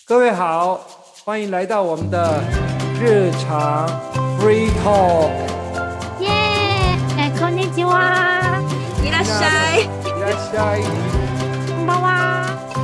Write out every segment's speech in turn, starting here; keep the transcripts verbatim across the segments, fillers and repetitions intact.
各位好，欢迎来到我们的日常 Free Talk。 耶，哎，こんにちは。 いらっしゃい。 いらっしゃい。 こんばんは。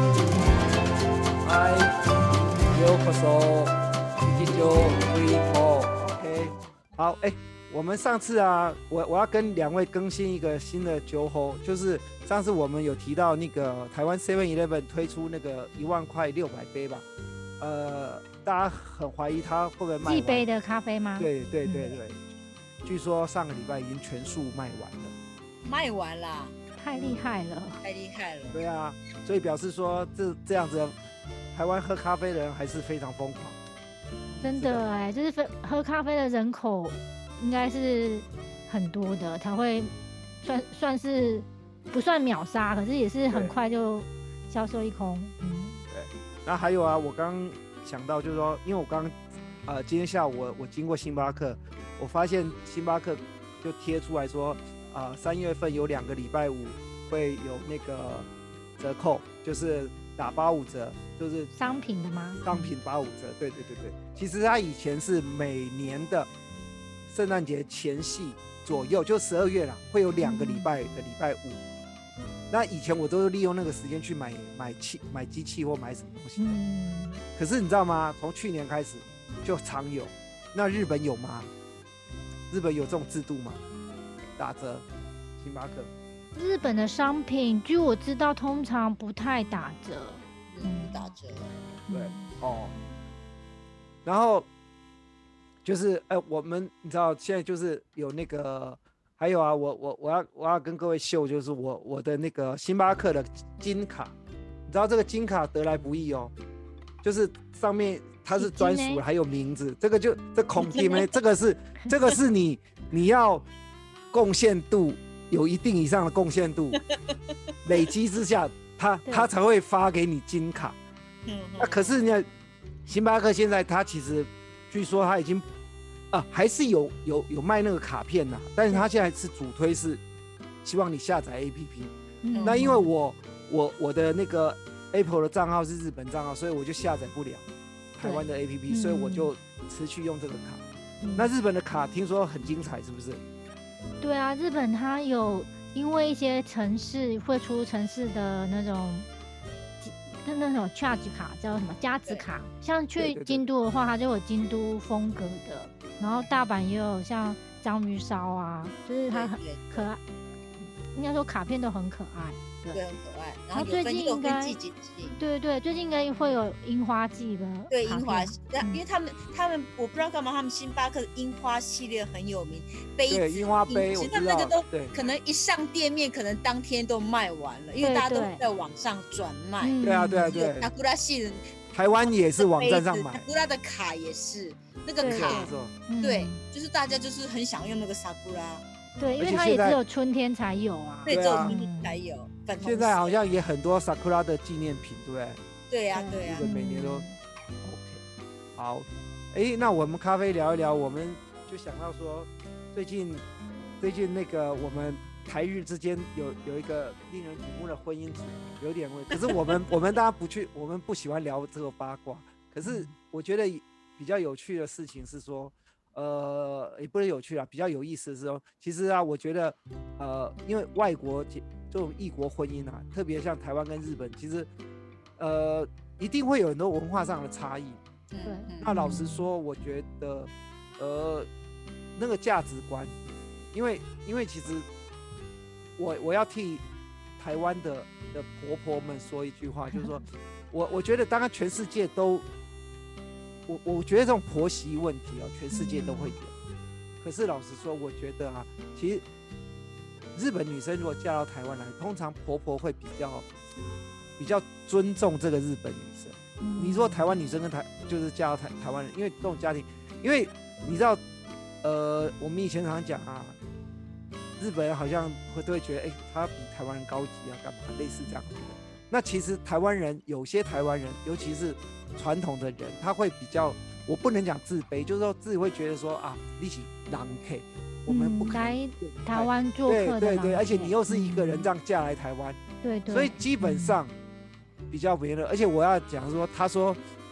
嗨，ようこそ。日常 Free Talk。OK， 好，哎，我们上次啊，我我要跟两位更新一个新的酒后，就是上次我们有提到那个台湾 seven eleven 推出那个一万块六百杯吧。呃，大家很怀疑它会不会卖完寄杯的咖啡吗？ 对对对对、嗯，据说上个礼拜已经全数卖完了。 卖完啦， 太厉害了， 太厉害了。 对啊，所以表示说这这样子，台湾喝咖啡的人还是非常疯狂。 真的哎，就是喝咖啡的人口应该是很多的，才会算算是不算秒杀，可是也是很快就销售一空。嗯， 对。那还有啊，我刚想到就是说，因为我刚呃今天下午我我经过星巴克，我发现星巴克就贴出来说，啊、呃、三月份有两个礼拜五会有那个折扣，就是打八五折，就是商品的吗？ 商品八五折，对对对对。其实它以前是每年的圣诞节前夕左右，就十二月啦，会有两个礼拜的礼拜五。那以前我都是利用那个时间去买买器、买机器或买什么东西。 嗯。 可是你知道吗？从去年开始就常有。那日本有吗？日本有这种制度吗？打折，星巴克。 日本的商品，据我知道，通常不太打折。 嗯，打折。 对，哦。然后就是，呃，我们你知道现在就是有那个。还有啊，我我我要我要跟各位秀，就是我我的那个星巴克的金卡，你知道这个金卡得来不易哦，就是上面它是专属的，还有名字，这个就这孔金呢，这个是这个是你你要贡献度有一定以上的贡献度，累积之下，它它才会发给你金卡。那、啊、可是呢，星巴克现在它其实据说它已经。啊，还是有有有卖那个卡片呐、啊，但是他现在是主推是希望你下载 A P P、嗯。那因为我我我的那个 Apple 的账号是日本账号，所以我就下载不了台湾的 A P P，、嗯、所以我就持续用这个卡、嗯。那日本的卡听说很精彩，是不是？ 对啊，日本它有因为一些城市会出城市的那种。那种 charge 卡叫什么加值卡，像去京都的话，它就有京都风格的，然后大阪也有像章鱼烧啊，就是它很可爱，应该说卡片都很可爱，对， 对很可爱。然后最近应该季节性， 对对，最近应该会有樱花季的， 对樱花，因为他们他们我不知道干嘛，他们星巴克樱花系列很有名，杯子樱花杯， 其实他们那个都可能一上店面，可能当天都卖完了，因为大家都在网上转卖。 对啊对啊对啊。 Sakura 系人， 台湾也是网站上买。 Sakura 的卡也是，那个卡，对，就是大家就是很想用那个 Sakura。 对，因为它也只有春天才有啊。 对，只有春天才有。 现在好像也很多 Sakura 的纪念品，对不对？ 对呀、啊，对呀、啊。 每年都、嗯、OK。好，哎，那我们咖啡聊一聊，我们就想到说，最近最近那个我们台日之间有有一个令人瞩目的婚姻组，有点问，可是我们我们大家不去，我们不喜欢聊这个八卦。可是我觉得比较有趣的事情是说。呃，也不是有趣啦，比较有意思的是说，其实啊，我觉得，呃，因为外国这种异国婚姻啊，特别像台湾跟日本，其实，呃，一定会有很多文化上的差异。 对。 那老实说，我觉得，呃，那个价值观，因为因为其实我我要替台湾的的婆婆们说一句话，就是说我我觉得，当然全世界都。我我觉得这种婆媳问题哦，全世界都会有。可是老实说，我觉得啊，其实日本女生如果嫁到台湾来，通常婆婆会比较比较尊重这个日本女生。嗯、你说台湾女生跟台就是嫁到台台湾人，因为这种家庭，因为你知道，呃，我们以前常常讲啊，日本人好像会都会觉得，哎、欸，他比台湾人高级啊，干嘛？类似这样子的。那其实台湾人有些台湾人，尤其是传统的人，他会比较，我不能讲自卑，就是说自己会觉得说啊，你是人客，我们不可能、 嗯、来台湾做客的， 对对对，而且你又是一个人这样嫁来台湾， 对、嗯、对， 所以基本上比较别的。而且我要讲说，他说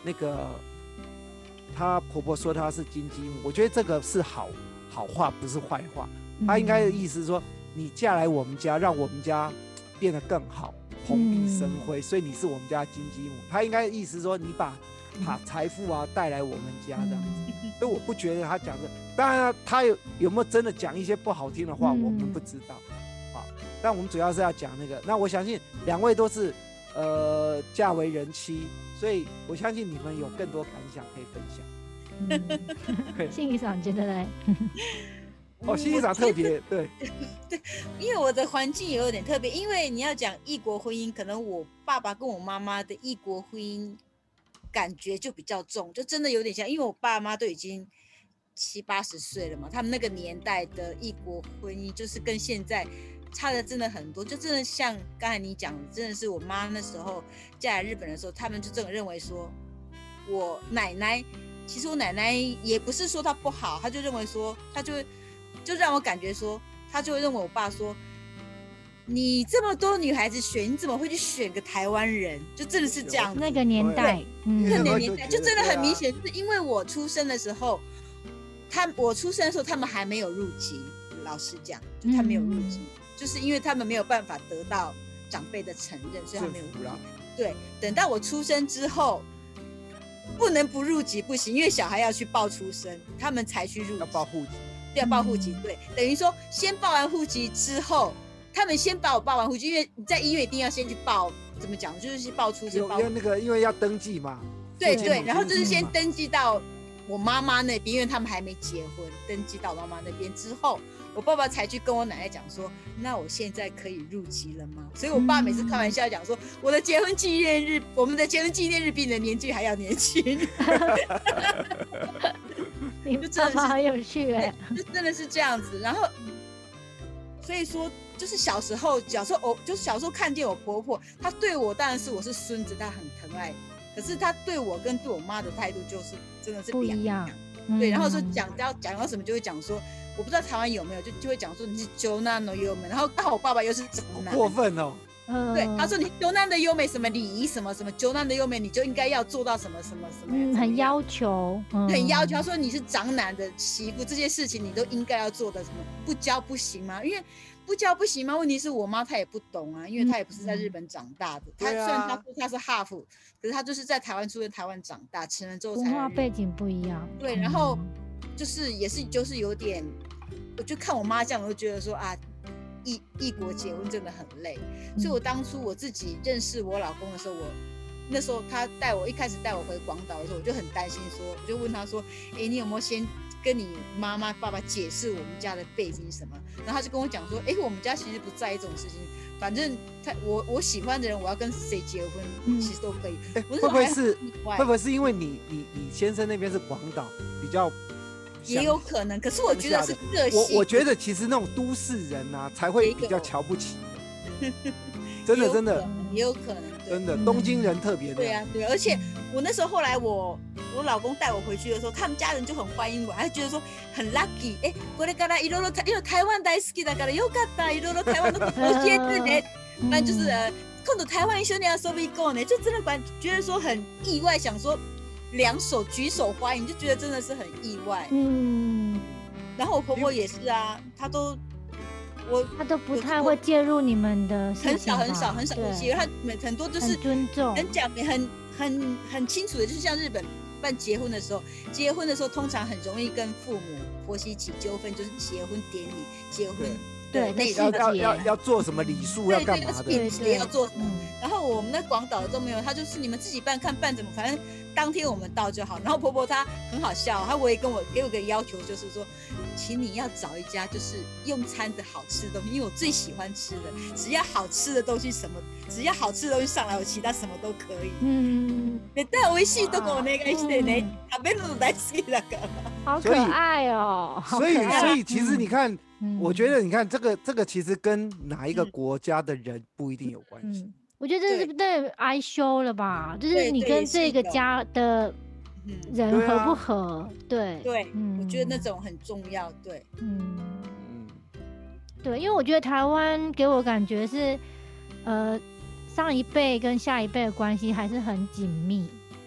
那个她婆婆说她是金鸡母，我觉得这个是好好话，不是坏话。她应该的意思是说，你嫁来我们家，让我们家变得更好，蓬荜生辉，嗯、所以你是我们家的金鸡母。她应该的意思是说，你把把财富啊带来我们家这样子。嗯、所以我不觉得她讲的，当然她有有没有真的讲一些不好听的话，嗯、我们不知道。好，但我们主要是要讲那个。那我相信两位都是呃嫁为人妻。所以我相信你们有更多感想可以分享。 嗯，信义长觉得嘞？ 哦，信义长特别对对，因为我的环境也有点特别，因为你要讲异国婚姻，可能我爸爸跟我妈妈的异国婚姻感觉就比较重，就真的有点像，因为我爸妈都已经七八十岁了嘛，他们那个年代的异国婚姻就是跟现在差的真的很多，就真的像刚才你讲的，真的是我妈那时候嫁来日本的时候，他们就真的认为说，我奶奶，其实我奶奶也不是说她不好，她就认为说，她就就让我感觉说，她就会认为我爸说，你这么多女孩子选，你怎么会去选个台湾人？就真的是这样子。 那个年代， 嗯，那个年代就真的很明显，就是因为我出生的时候，他我出生的时候他们还没有入籍，老实讲，就他没有入籍。嗯，就是因为他们没有办法得到长辈的承认，所以他没有入籍。对，等到我出生之后，不能不入籍不行，因为小孩要去报出生，他们才去入籍。 要报户籍。 要报户籍，对，等于说先报完户籍之后，他们先把我报完户籍，因为你在医院一定要先去报，怎么讲，就是去报出生，报因为那个因为要登记嘛。 对对，然后就是先登记到我妈妈那边，因为他们还没结婚，登记到我妈妈那边之后，我爸爸才去跟我奶奶讲说，那我现在可以入籍了吗？所以我爸每次开玩笑讲说，我的结婚纪念日，我们的结婚纪念日比你的年纪还要年轻。 你爸爸很有趣哎， 就真的是这样子。然后，所以说就是小时候，小时候我就是小时候看见我婆婆，她对我当然是我是孙子，她很疼爱，可是她对我跟对我妈的态度就是真的是不一样。 对，然后说讲到讲到什么就会讲说，我不知道台湾有没有，就就会讲说你是九男的优美，然后刚好我爸爸又是长男， 过分哦。 对，他说你九男的优美什么礼仪什么什么，九男的优美你就应该要做到什么什么什么， 嗯，很要求， 嗯、很要求。他说你是长男的媳妇，这些事情你都应该要做的，什么不教不行吗？因为不教不行吗？问题是我妈她也不懂啊，因为她也不是在日本长大的。她、嗯、虽然她说她是哈佛，可是她就是在台湾出生，台湾长大，成人之后才文化背景不一样。 对，然后就是也是就是有点，我就看我妈这样，我就觉得说啊。异异国结婚真的很累，所以我当初我自己认识我老公的时候，我那时候他带我一开始带我回广岛的时候，我就很担心说，我就问他说，哎、欸，你有没有先跟你妈妈爸爸解释我们家的背景什么？然后他就跟我讲说，哎、欸，我们家其实不在意这种事情，反正他我我喜欢的人，我要跟谁结婚，嗯、其实都可以。 欸、会不会是会不会是因为你你你先生那边是广岛比较？ 也有可能，可是我觉得是个性。 我我觉得其实那种都市人啊，才会比较瞧不起。真的真的也有可能， 真的东京人特别的。 对啊对，而且我那时候后来我我老公带我回去的时候，他们家人就很欢迎我，还觉得说很 lucky。哎，これからいろいろ因为台湾大好きだからよかったいろいろ台湾のこと教えてね。那就是呃，今度台湾一緒に遊び行こうね，就真的感觉得说很意外，想说。两手举手欢迎，就觉得真的是很意外。嗯，然后我婆婆也是啊，她都我她都不太会介入你们的事情， 很少很少很少会介入，她很多就是很尊重， 很讲很很很清楚的，就是像日本办结婚的时候，结婚的时候通常很容易跟父母婆媳起纠纷，就是结婚典礼、结婚。 对， 对要要要要做什么礼数，要干嘛的？ 对对，要做什么？然后我们那广岛的都没有，他就是你们自己办，看办怎么，反正当天我们到就好。然后婆婆她很好笑，她唯一跟我给我个要求就是说，请你要找一家就是用餐的好吃的东西，因为我最喜欢吃的，只要好吃的东西什么，只要好吃的东西上来，我其他什么都可以。嗯，絶対美味しいとこお願いしてね。食べるの大好きだから。 好可爱哦。 所以所以其实你看。嗯、我觉得你看这个这个其实跟哪一个国家的人不一定有关系。嗯、 我觉得这是对哀羞了吧，就是你跟这个家的人合不合？对对, 对、嗯，我觉得那种很重要。对，嗯嗯，对，因为我觉得台湾给我感觉是，呃，上一辈跟下一辈的关系还是很紧密。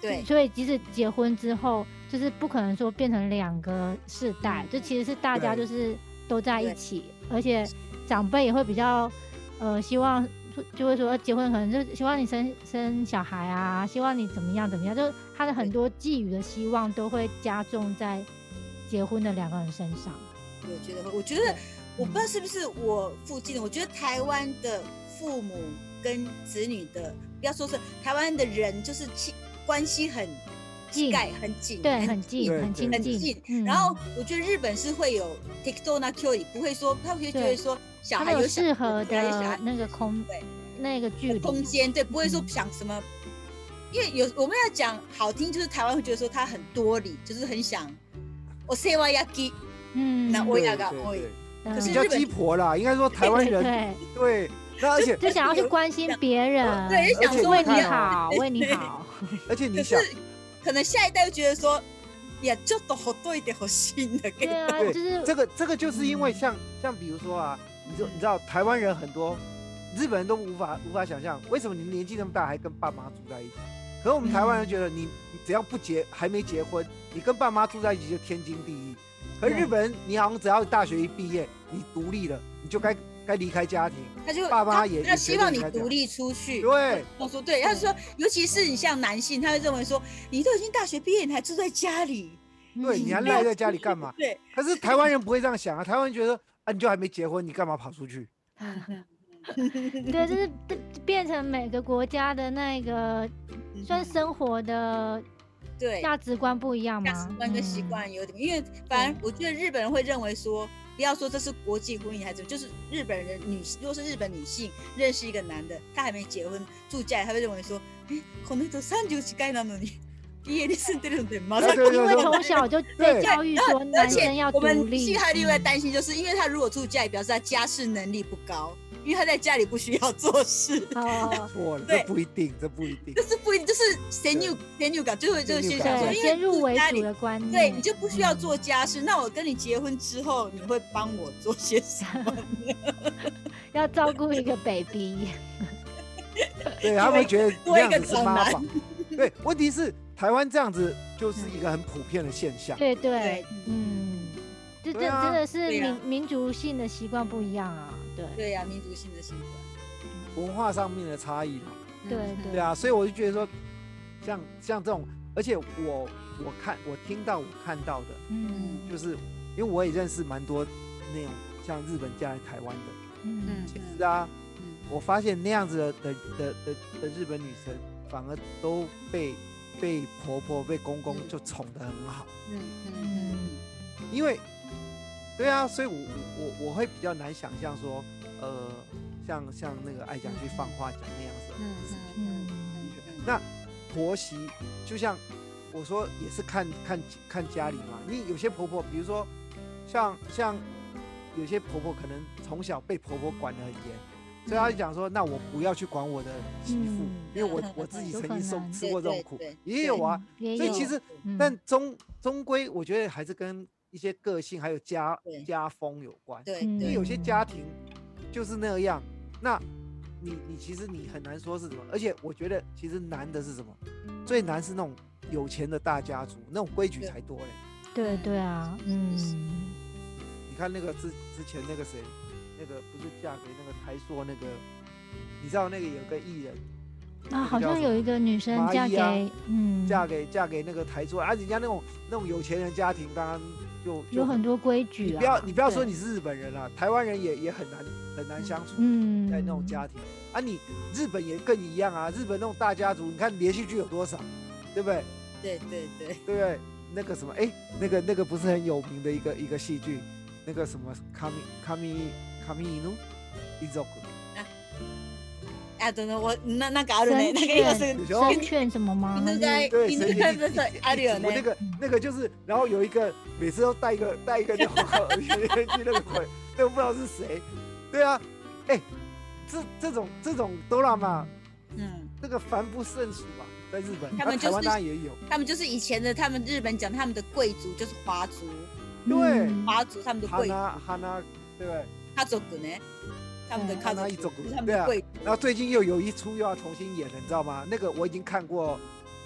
对， 所以即使结婚之后，就是不可能说变成两个世代， 嗯就其实是大家对就是都在一对起，而且长辈也会比较呃希望。就会说呃结婚可能就希望你生生小孩啊，希望你怎么样怎么样，就他的很多寄予的希望都会加重在结婚的两个人身上。 我觉得会，我觉得我不知道是不是我附近的，我觉得台湾的父母跟子女的，不要说是台湾的人，就是亲关系很近盖很紧， 对，很近， 对很亲很近。 近。 嗯然后我觉得日本是会有 tikto na kyori， 不会说他会觉得说小他们有孩有小适合小孩有小孩的那个空对那个距离空间，对，不会说嗯想什么。因为有我们要讲好听，就是台湾会觉得说他很多礼，就是很想我世話焼き， 嗯， 那我对也搞会对对嗯比较可是日本鸡婆啦，应该说台湾人对对，那而且就想要去关心别人， 对想说为你你看哦好，为你好。 而且你想， 可是可能下一代会觉得说，也就都好多一点好新的， 对啊， 对就是这个这个就是因为嗯像像比如说啊，你知你知道台湾人很多，日本人都无法无法想象为什么你年纪那么大还跟爸妈住在一起。可是我们台湾人觉得你你只要不结还没结婚，你跟爸妈住在一起就天经地义。可是日本人，你好像只要大学一毕业，你独立了，你就该该离开家庭。 他就爸妈也也他他希望你觉得应该这样独立出去。 对， 我说对，他就说，尤其是你像男性，他会认为说，你都已经大学毕业，你还住在家里， 对，你还赖在家里干嘛？ 对， 可是台湾人不会这样想啊，台湾人觉得啊，你就还没结婚，你干嘛跑出去？ 对，就是变成每个国家的那个算生活的对价值观不一样吗？ 价值观跟习惯有点，因为反正我觉得日本人会认为说，不要说这是国际婚姻还是怎么，就是日本人女，如果是日本女性认识一个男的，他还没结婚住家里，他会认为说，哎，この人三十近いなのに家に住んでるんでまさか。 因为从小就被教育说而男生且要独我们立， 其他另外担心，就是因为他如果住家里，表示他家事能力不高，因为他在家里不需要做事。 哦， 错了， 对这不一定，这不一定就。是不一定，就是先入先入感，就会就会先想说， 对， 因先入为主住家里的观念， 对，你就不需要做家事。那我跟你结婚之后，你会帮我做些什么？ 要照顾一个 baby， 对他们觉得多一个那样子是长男妈宝。对，问题是台湾这样子就是一个很普遍的现象。 对对对， 嗯，这这对啊真的是对啊民民族性的习惯不一样啊，对对呀、民族性的习惯。 文化上面的差异嘛。 对嗯对啊，所以我就觉得说，像像这种，而且我我看我听到我看到的， 嗯就是因为我也认识蛮多那种像日本嫁来台湾的， 嗯嗯其实啊， 嗯我发现那样子的的的的的日本女生，反而都被被婆婆被公公就宠得很好， 嗯嗯嗯因为对啊，所以我我我会比较难想象说，呃，像像那个爱讲去放话讲那样子的嗯事情。 嗯嗯那婆媳就像我说，也是看看看家里嘛。你有些婆婆，比如说像像有些婆婆可能从小被婆婆管得很严，所以她就讲说，那我不要去管我的媳妇， 嗯因为我嗯我自己有曾经受可能吃过这种苦对对， 也有啊。 也有所以其实， 嗯但终终归我觉得还是跟一些个性还有家对家风有关。 对嗯对因为有些家庭就是那样，那你你其实你很难说是什么，而且我觉得其实难的是什么？最难是那种有钱的大家族，那种规矩才多嘞。 对对啊，嗯你看那个之之前那个谁，那个不是嫁给那个台塑那个，你知道那个有个艺人啊，好像有一个女生嫁麻衣啊给嗯嫁给嫁给那个台塑啊，人家那种那种有钱人家庭，当然就就有很多规矩啊， 你不要你不要说对你是日本人啦，台湾人也也很难很难相处。 嗯在那种家庭啊，你日本也更一样啊，日本那种大家族，你看连续剧有多少，对不对？ 对对对， 对不对？那个什么，哎，那个那个不是很有名的一个一个戏剧，那个什么卡米卡米卡米伊努一族， あとね、我那那个あるね、 神那个今犬是有神犬什么吗？ 犬还是が对， 犬神仙が不是あるよね。 我那个那个就是，然后有一个每次都带一个带一个那种去那个鬼，那个不知道是谁，对啊，哎，这这种这种哆啦嘛， 嗯， 那个凡不胜数啊，在日本， 他们就是那台湾当然也有， 他们就是以前的，他们日本讲他们的贵族就是华族， 对嗯华族他们的哈贵族， 娜哈娜，对不对？ 家族呢，他们的嗯家族哈娜一族就是他们对啊的贵族。 然后最近又有一出又要重新演了，你知道吗？那个我已经看过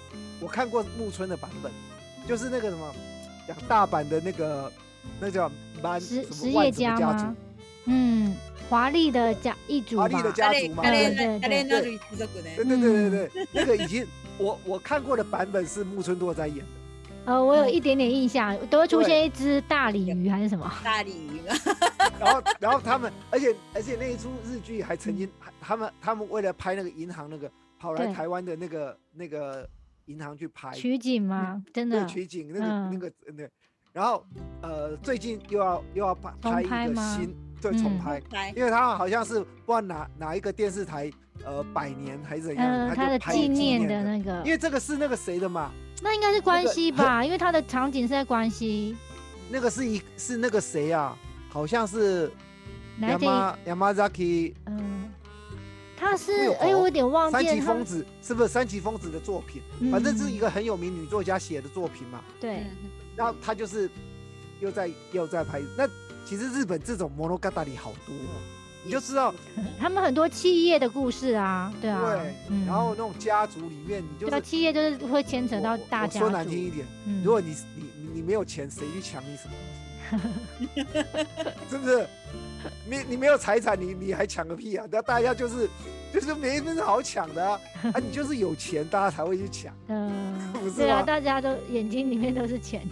我看过木村的版本，就是那个什么讲大阪的那个那叫满实什么万实业家什么家族吗？嗯，华丽的家一族吧， 华丽的家族嘛， あれ对对对あれ那類貴族ね。 对对对对对，那个已经我我看过的版本是木村拓哉演的。 呃，我有一点点印象，都会出现一只大鲤鱼还是什么？ 大鲤鱼嘛， 然后，然后他们，而且而且那一出日剧还曾经，他们他们为了拍那个银行那个，跑来对台湾的那个那个银行去拍取景吗？真的？ 对取景那个、 嗯那个那个，然后呃最近又要又要拍拍重拍吗一个新对嗯重拍， 来因为他们好像是不知道哪哪一个电视台呃百年还是怎样， 嗯，他的他就拍一个纪念的的那个因，为这个是那个谁的嘛， 那应该是关西吧？因为他的场景是在关西。 那个是一是那个谁啊，好像是哪一 Yama Yamazaki。 嗯，他是会有哎，我有点忘三记了他崎丰子是不是三崎丰子的作品？ 嗯反正是一个很有名女作家写的作品嘛。 对， 然后他就是又在又在拍。那其实日本这种 monogatari 好多、哦，你就知道他们很多企业的故事啊，对啊， 对。 嗯然后那种家族里面，你就是对啊，企业就是会牵扯到我大家族。 我说难听一点， 嗯如果你你你你没有钱，谁去抢你什么东西？是不是？你你没有财产，你你还抢个屁啊！那大家就是就是没什么好抢的啊！啊，你就是有钱，大家才会去抢。 嗯不，是对啊， 吗大家都眼睛里面都是钱。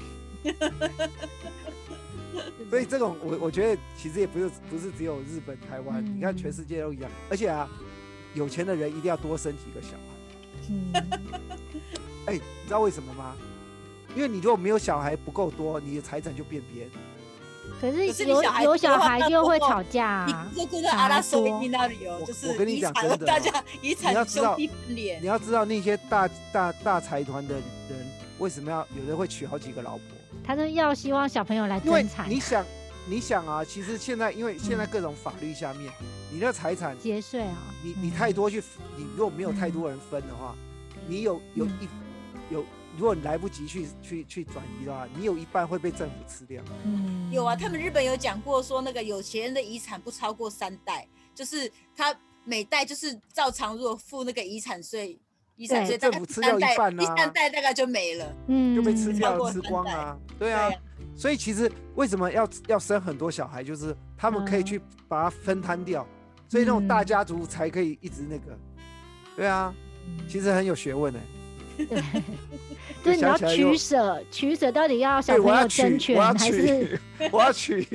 所以这种我我觉得其实也不是不是只有日本、台湾， 嗯你看全世界都一样。而且啊，有钱的人一定要多生几个小孩。 嗯， 哎、你知道为什么吗？因为你如果没有小孩不够多，你的财产就变别人。 可是可是你有小孩多有小孩那就会多吵架啊。 你这个阿拉手一那里有， 我就是我跟你遗产讲真的哦大家遗产你要知道兄弟分裂你。要知道那些大大大财团的人为什么要有人会娶好几个老婆？ 他是要希望小朋友来因为争财你想，你想啊，其实现在因为现在嗯各种法律下面，你的财产， 节税啊。 你你嗯太多去，你如果没有太多人分的话，你有有嗯一有，如果你来不及去去去转移的话，你有一半会被政府吃掉。 嗯， 有啊，他们日本有讲过说，那个有钱人的遗产不超过三代，就是他每代就是照常如果付那个遗产税，遗产税对大概政府吃掉一半啊第三代大概就没了。 嗯就被吃超过掉吃三代光啊，对啊。 对啊所以其实为什么要要生很多小孩，就是他们可以嗯去把它分摊掉，所以那种大嗯家族才可以一直那个，对啊，其实很有学问的、 对，就是你要想起来又取舍，取舍到底要小对，我要朋友争娶，我要权还是娶，我要娶，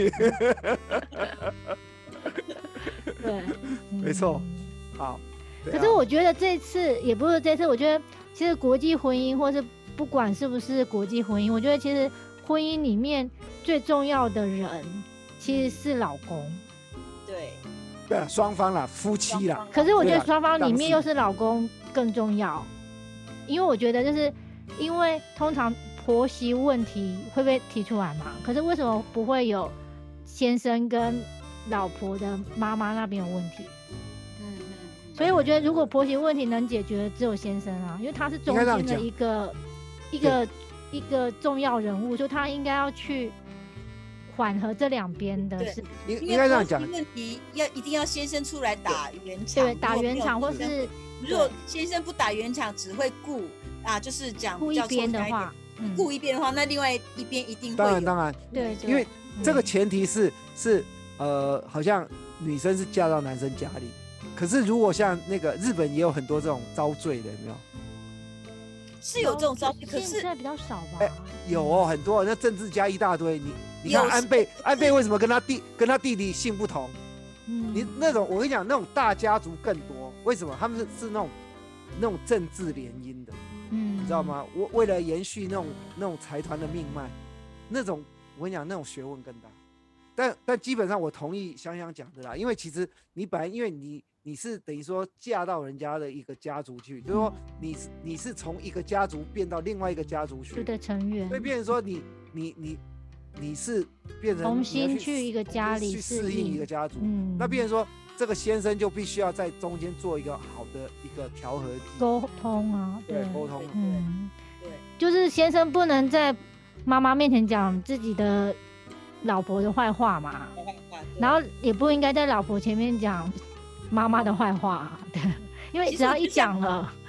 对？ 没错嗯好。对可啊是我觉得这次也不是这次，我觉得其实国际婚姻，或是不管是不是国际婚姻，我觉得其实婚姻里面最重要的人其实是老公。 对， 对啊，双方啦，夫妻啦， 可是我觉对啊得双方里面当时又是老公更重要，因为我觉得就是因为通常婆媳问题会被提出来嘛，可是为什么不会有先生跟老婆的妈妈那边有问题？ 嗯嗯， 所以我觉得如果婆媳问题能解决，只有先生啊，因为他是中间的应该这样讲一个一个一个重要人物，所以他应该要去缓和这两边的对事， 应因应该这样讲为婆媳，问题要一定要先生出来打圆场， 对，打圆场或如果没有是如果先生不打圆场，只会顾啊，就是讲顾一比较边的抽象一点话，嗯， 顾一边的话，那另外一边一定会有当然当然， 对对， 因为这个嗯前提是是呃，好像女生是嫁到男生家里，可是如果像那个日本也有很多这种遭罪的，有没有？ 是有这种招式，可是现在比较少吧？ 哎有哦，很多那政治家一大堆。你你看有安倍，安倍为什么跟他弟跟他弟弟姓不同？ 嗯， 你那种我跟你讲，那种大家族更多。为什么？他们是是那种那种政治联姻的， 嗯， 你知道？吗？我为了延续那种那种财团的命脉，那种我跟你讲，那种学问更大。但但基本上我同意香香讲的啦，因为其实你本来因为你你是等于说嫁到人家的一个家族去，就是说你是你是从一个家族变到另外一个家族去就，的成员所以变成说你你你你是变成重你要新去一个家里去适应一个家族， 嗯， 那变成说这个先生就必须要在中间做一个好的一个调和剂， 沟通啊， 对沟通， 嗯， 对就是先生不能在妈妈面前讲自己的老婆的坏话嘛，然后也不应该在老婆前面讲妈妈的坏话、啊，对，因为只要一讲了，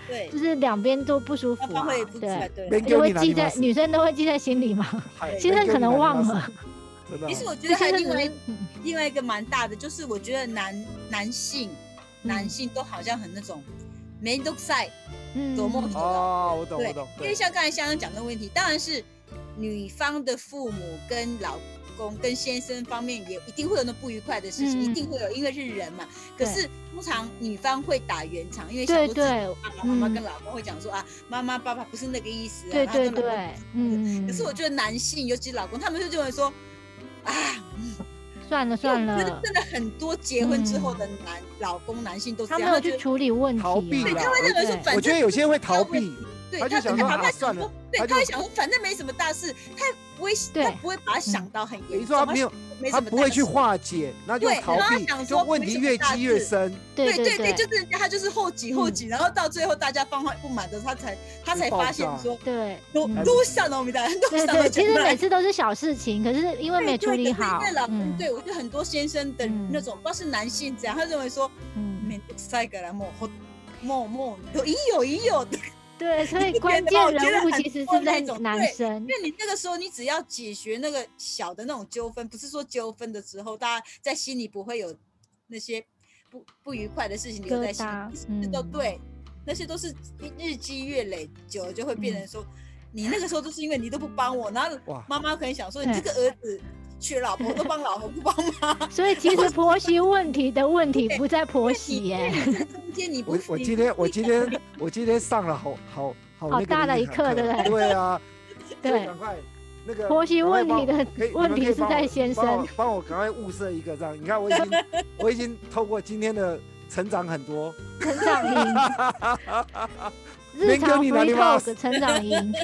对， 就是两边都不舒服、啊， 双方会不对， 对， 而且会记在女生都会记在心里嘛，先生可能忘了。 其实我觉得还有另外另外一个蛮大的，就是我觉得男男性、嗯、男性都好像很那种没都晒，多么哦，我懂对我懂， 因为像刚才香香讲的问题，当然是女方的父母跟老公跟先生方面也一定会有那不愉快的事情，嗯、一定会有，因为是人嘛。可是通常女方会打圆场，因为想说爸爸妈妈跟老公会讲说、嗯、啊，妈妈爸爸不是那个意思、啊， 对对对，嗯。 可是我觉得男性，尤其老公，他们就认为说，啊，嗯、 算了算了。 我觉得真的很多结婚之后的男、嗯、老公男性都这样， 他没有去处理问题、啊， 逃避对，他会认为说，反正我觉得有些人会逃避。 对， 他就想说、啊、算了， 对，他会想说反正没什么大事，他不会，他不会把它想到很严重。 他没有，他不会去化解，然后就逃避，就问题越积越深。 对对对，就是他就是后挤后挤，然后到最后大家方不满的时候，他才他才发现说， 对， 都都上了我们的，都上了。 其实每次都是小事情，可是因为没处理好。 因为老公，对我觉得很多先生的那种，不知道是男性这样，他认为说，嗯，面倒くさいからもうもうもういいよいいよ。 对，所以关键人物其实是在男生， 因为你那个时候你只要解决那个小的那种纠纷，不是说纠纷的时候大家在心里不会有那些不不愉快的事情留在心里，嗯、都对，那些都是日积月累，久了就会变成说，嗯、你那个时候都是因为你都不帮我，然后妈妈可能想说你这个儿子娶老婆都帮老婆不帮妈， 所以其实婆媳问题的问题不在婆媳耶。 我我今天我今天我今天上了好好好好大的一课，对不对？ 对啊， 对， 赶快那个婆媳问题的问题是在先生， 帮我赶快物色一个这样。你看我已经我已经透过今天的成长很多， 成长营，日常 free talk 成长营。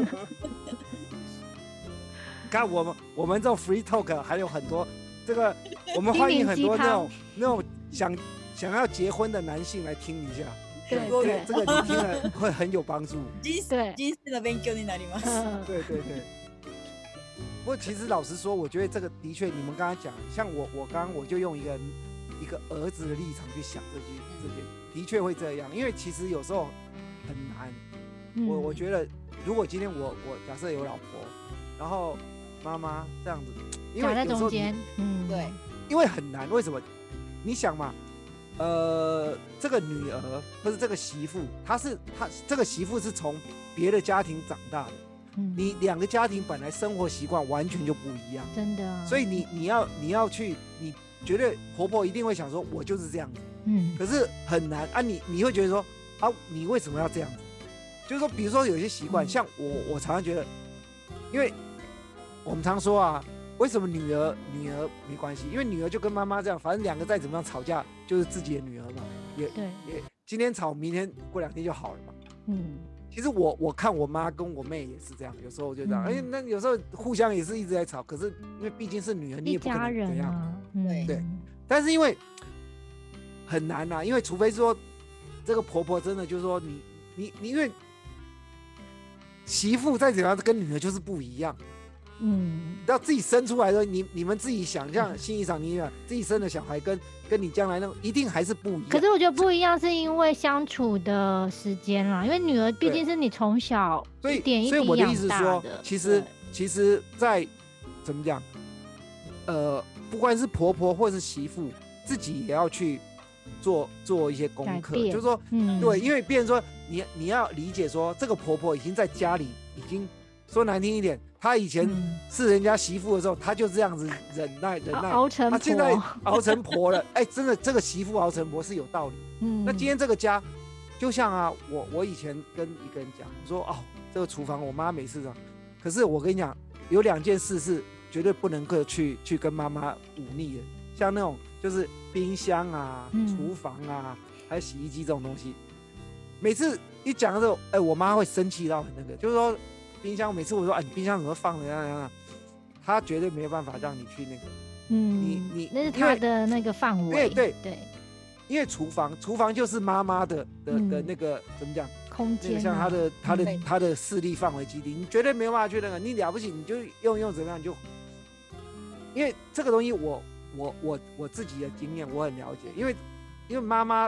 看我们我们这种 free talk 还有很多，这个我们欢迎很多那种那种想想要结婚的男性来听一下， 对对， 这个你听了会很有帮助。 对，人生の勉強になります。 对对对。不过其实老实说，我觉得这个的确，你们刚才讲，像我我刚刚我就用一个一个儿子的立场去想这些这些，的确会这样，因为其实有时候很难。嗯、我我觉得，如果今天我我假设有老婆，然后妈妈这样子，因为有时候你嗯， 对， 因为很难，为什么？你想嘛，呃，这个女儿或是这个媳妇，她是她这个媳妇是从别的家庭长大的，嗯、你两个家庭本来生活习惯完全就不一样， 真的、啊。 所以你你要你要去，你绝对婆婆一定会想说，我就是这样子，嗯，可是很难啊，你你会觉得说啊，你为什么要这样子？就是说，比如说有些习惯，嗯、像我我常常觉得，因为我们常说啊。为什么女儿女儿没关系？因为女儿就跟妈妈这样，反正两个再怎么样吵架，就是自己的女儿嘛。也对， 也今天吵，明天过两天就好了嘛。 嗯， 其实我我看我妈跟我妹也是这样，有时候就这样。哎、嗯，那有时候互相也是一直在吵，可是因为毕竟是女儿，你也不可能怎样。 啊嗯、对对。但是因为很难啊，因为除非说这个婆婆真的就是说你你你，因为媳妇再怎样跟女儿就是不一样。 嗯， 要自己生出来的，你你们自己想象，心理上你想自己生的小孩跟跟你将来那种一定还是不一样。 可是我觉得不一样，是因为相处的时间啦，因为女儿毕竟是你从小一点一滴养大的。所以我的意思是说， 其实其实，在怎么讲，呃，不管是婆婆或是媳妇，自己也要去做做一些功课，就是说，嗯，对，因为变成说你你要理解说，这个婆婆已经在家里已经说难听一点。他以前是人家媳妇的时候，他就这样子忍耐忍耐， 熬成婆。 他现在熬成婆了，哎、欸，真的这个媳妇熬成婆是有道理。嗯，那今天这个家，就像啊，我我以前跟一个人讲，我说哦，这个厨房我妈每次这样，可是我跟你讲，有两件事是绝对不能够去去跟妈妈忤逆的，像那种就是冰箱啊、嗯、厨房啊，还有洗衣机这种东西，每次一讲的时候，哎、欸，我妈会生气到很那个，就是说。冰箱每次我说，哎、啊，你冰箱怎么放的？样样，他绝对没有办法让你去那个， 嗯， 你你那是他的那个范围， 对对对， 因为厨房厨房就是妈妈的的、嗯、的那个怎么讲空间、啊， 那个像他的他的、嗯、他的势力范围基地，你绝对没有办法去那个，你了不起你就用用怎么样你就，因为这个东西我我我我自己的经验我很了解，因为因为妈妈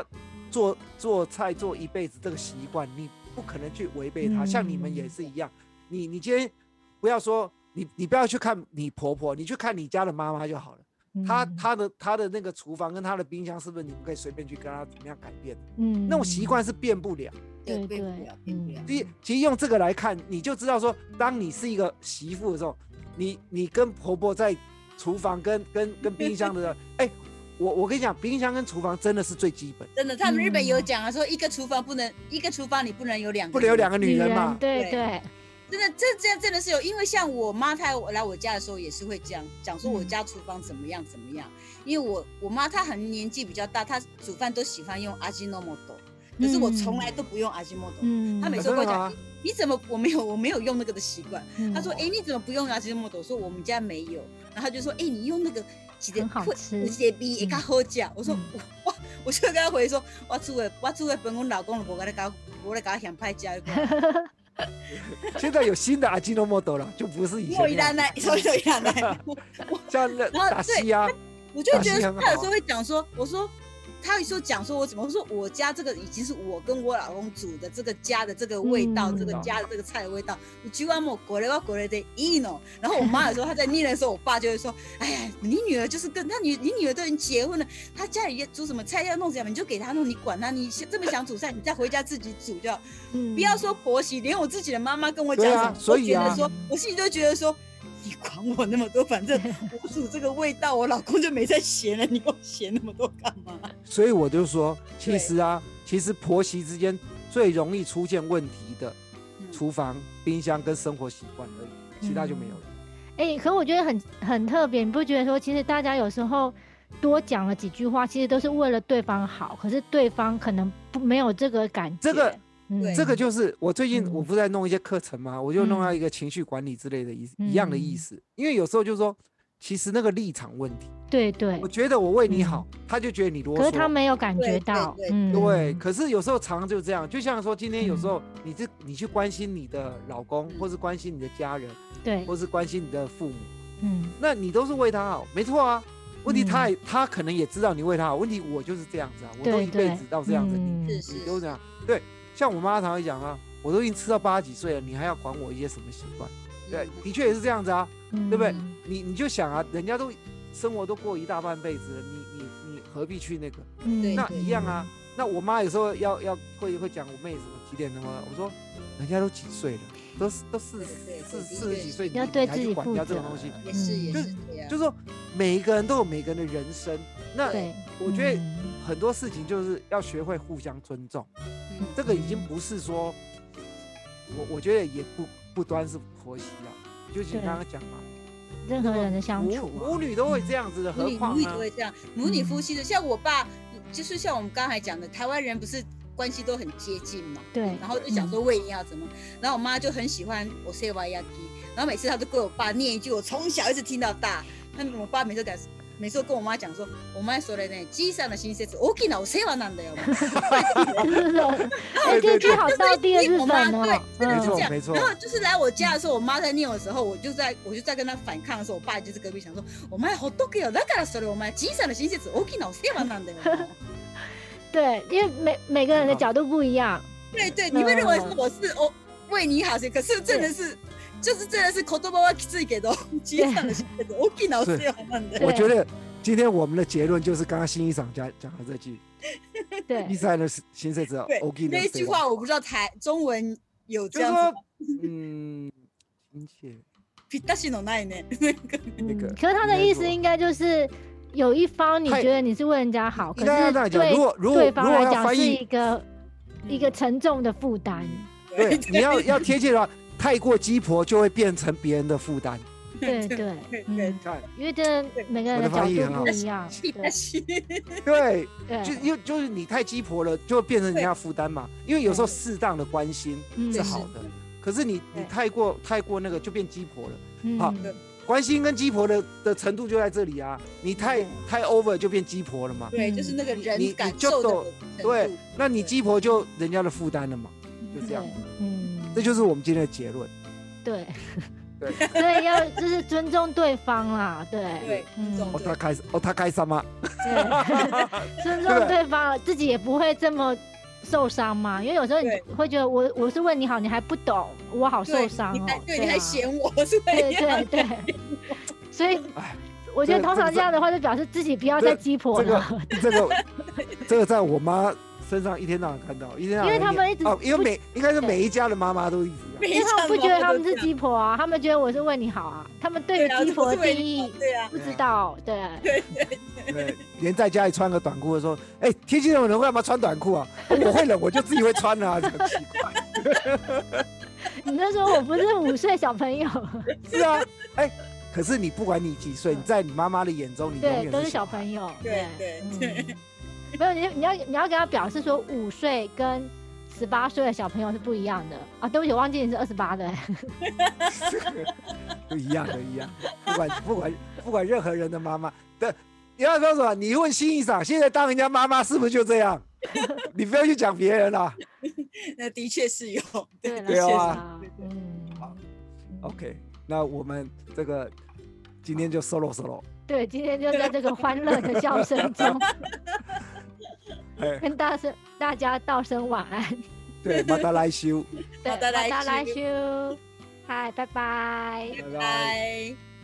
做做菜做一辈子这个习惯，你不可能去违背它。 嗯、 像你们也是一样，你你今天不要说你你不要去看你婆婆，你去看你家的妈妈就好了。她她的她的那个厨房跟她的冰箱，是不是你们可以随便去跟她怎么样改变？嗯，那种习惯是变不了。 对对对，变不了。 其实其实用这个来看，你就知道说，当你是一个媳妇的时候，你你跟婆婆在厨房跟跟跟冰箱的时候，哎、欸，我我跟你讲，冰箱跟厨房真的是最基本。 真的，他们日本有讲啊，说一个厨房不能，一个厨房你不能有两个， 不能有两个女人嘛。 对 对, 对。 真的，这这样真的是有，因为像我妈她来我家的时候也是会这样讲，说我家厨房怎么样怎么样。因为我我妈她很年纪比较大，她煮饭都喜欢用阿基诺莫多，可是我从来都不用阿基诺多。嗯，她每次跟我讲，你怎么我没有我没有用那个的习惯。她说，哎，你怎么不用阿基诺莫多？说我们家没有。然后她就说，哎，你用那个很好吃， 直接比也较好吃。我说哇，我就跟她回说，我煮的我煮的饭，我老公都无跟他搞，我来搞嫌歹吃。 现在有新的阿基诺莫多了，就不是以前。 我依然来，所以依然来。 像那达西啊， 我就觉得他有时候会讲说，我说他有时候讲说我怎么，我说我家这个已经是我跟我老公煮的这个家的这个味道，嗯、这个家的这个菜的味道，我居然莫过来我过来的意呢。然后我妈有时候她在念的时候，我爸就会说，哎呀，你女儿就是跟她女，你女儿都已经结婚了，她家里煮什么菜要弄什么，你就给她弄，你管她，你这么想煮菜，你再回家自己煮就好。嗯、不要说婆媳，连我自己的妈妈跟我讲什么，啊、 所以啊， 我觉得说，我心里都觉得说。你管我那么多，反正我煮这个味道，我老公就没在嫌了，你给我嫌那么多干嘛？ 所以我就说，其实啊，其实婆媳之间最容易出现问题的，厨房、冰箱跟生活习惯而已，其他就没有了。 哎、欸，可我觉得很很特别，你不觉得说，其实大家有时候多讲了几句话，其实都是为了对方好，可是对方可能不没有这个感觉。 这个。嗯、这个就是我最近我不是在弄一些课程吗、嗯、我就弄到一个情绪管理之类的意思、嗯、一样的意思，因为有时候就是说其实那个立场问题， 对对， 我觉得我为你好、嗯、他就觉得你啰嗦， 可是他没有感觉到， 对 对, 对, 嗯、 对，可是有时候常常就这样，就像说今天有时候你这你去关心你的老公、嗯、或是关心你的家人， 对， 或是关心你的父母， 嗯， 那你都是为他好，没错啊，问题他也、嗯、他可能也知道你为他好，问题我就是这样子啊，我都一辈子到这样子， 嗯、 你你都这样，对。像我妈常会讲啊，我都已经吃到八十几岁了，你还要管我一些什么习惯？对，的确也是这样子啊，嗯、对不对？你你就想啊，人家都生活都过一大半辈子了，你你你何必去那个？ 嗯、 那一样啊。那我妈有时候要要会会讲我妹什么几点的吗？我说人家都几岁了，都都四四四十几岁， 你要对自己管人家这种东西， 也是也是这样。就是说每一个人都有每个人的人生，那我觉得很多事情就是要学会互相尊重。嗯、这个已经不是说，我我觉得也不不端是婆媳了，就是你刚刚讲嘛， 任何人的相处、啊， 母女都会这样子的，何况母女都会这样，母女夫妻的，像我爸，就是像我们刚才讲的，台湾人不是关系都很接近嘛， 对， 然后就想说胃要怎么，然后我妈就很喜欢我塞瓦亚基，然后每次她都跟我爸念一句，我从小一直听到大，那我爸每次讲。每次跟我妈讲说，我妈说的呢，小さな親切、大きなお世話なんだよ。 哎，这句好道地的日本哦， 对，真的是这样。 没错。 然后就是来我家的时候，我妈在念我的时候，我就在我就在跟她反抗的时候，我爸就是隔壁想说，我妈好多个よ、だからそれお前小さな親切、大きなお世話なんだよ。 对，因为每每个人的角度不一样。 对对，你会认为我是哦为你好些，可是真的是。就是真的是言葉はきついけど小さな親切大きなお世話なんだよ。 我觉得今天我们的结论就是刚刚新一长讲讲的这句， 对， 小さな親切大きな。 那句话我不知道台中文有这样子吗？ 嗯，亲切。 ぴったしのないね。 那个， 可是他的意思应该就是有一方你觉得你是为人家好，可是对对方来讲是一个一个沉重的负担。 对，你要要贴切的话。太过鸡婆就会变成别人的负担。 对对对，嗯，因为这每个人的角度不一样。 对，就因就是你太鸡婆了，就会变成人家负担嘛。因为有时候适当的关心是好的，可是你你太过太过那个就变鸡婆了。好，关心跟鸡婆的的程度就在这里啊。你太太 over 就变鸡婆了嘛。 对，就是那个人感受的程度。 对，那你鸡婆就人家的负担了嘛，就这样。 嗯。 这就是我们今天的结论。 对， 对， 所以要就是尊重对方啦，对， 对，尊重哦，他开哦，他开什么？ 对，尊重对方，自己也不会这么受伤嘛。因为有时候你对会觉得我我是为你好，你还不懂，我好对受伤哦你还。对， 对啊你还嫌我是不是？ 对对对，所以哎， 我觉得这个通常这样的话，就表示自己不要再鸡婆这个了。 这个这个在我妈身上一天到晚看到，一天到晚因为他们一直哦，因为不每应该是每一家的妈妈都一直这样。 每因为他们不一觉得他们是场鸡婆啊，他们觉得我是为你好啊，他们对于对啊鸡婆的我是为定义你好对啊不知道，对对，连在家里穿个短裤的时候，哎，天气冷，人干嘛穿短裤啊？我会冷，我就自己会穿啊，这很奇怪。 你就说我不是五岁小朋友， 是啊，哎，可是你不管你几岁，你在你妈妈的眼中，你永对， 远都是小小孩。 朋友， 对对对嗯没有你你要你要跟他表示说五岁跟十八岁的小朋友是不一样的啊，对不起，我忘记你是二十八的， 不一样的，一样的，不管不管不管任何人的妈妈的，你要说什么？你问新一长，现在当人家妈妈是不是就这样？你不要去讲别人啦。 那的确是有， 对对啊啊，嗯， 好 OK，那我们这个今天就 solo solo， 对，今天就在这个欢乐的笑声中哎， 跟大声大家道声晚安， 对，马达来修， 对， 好的来大家来修修，嗨，拜拜。 拜拜。 拜。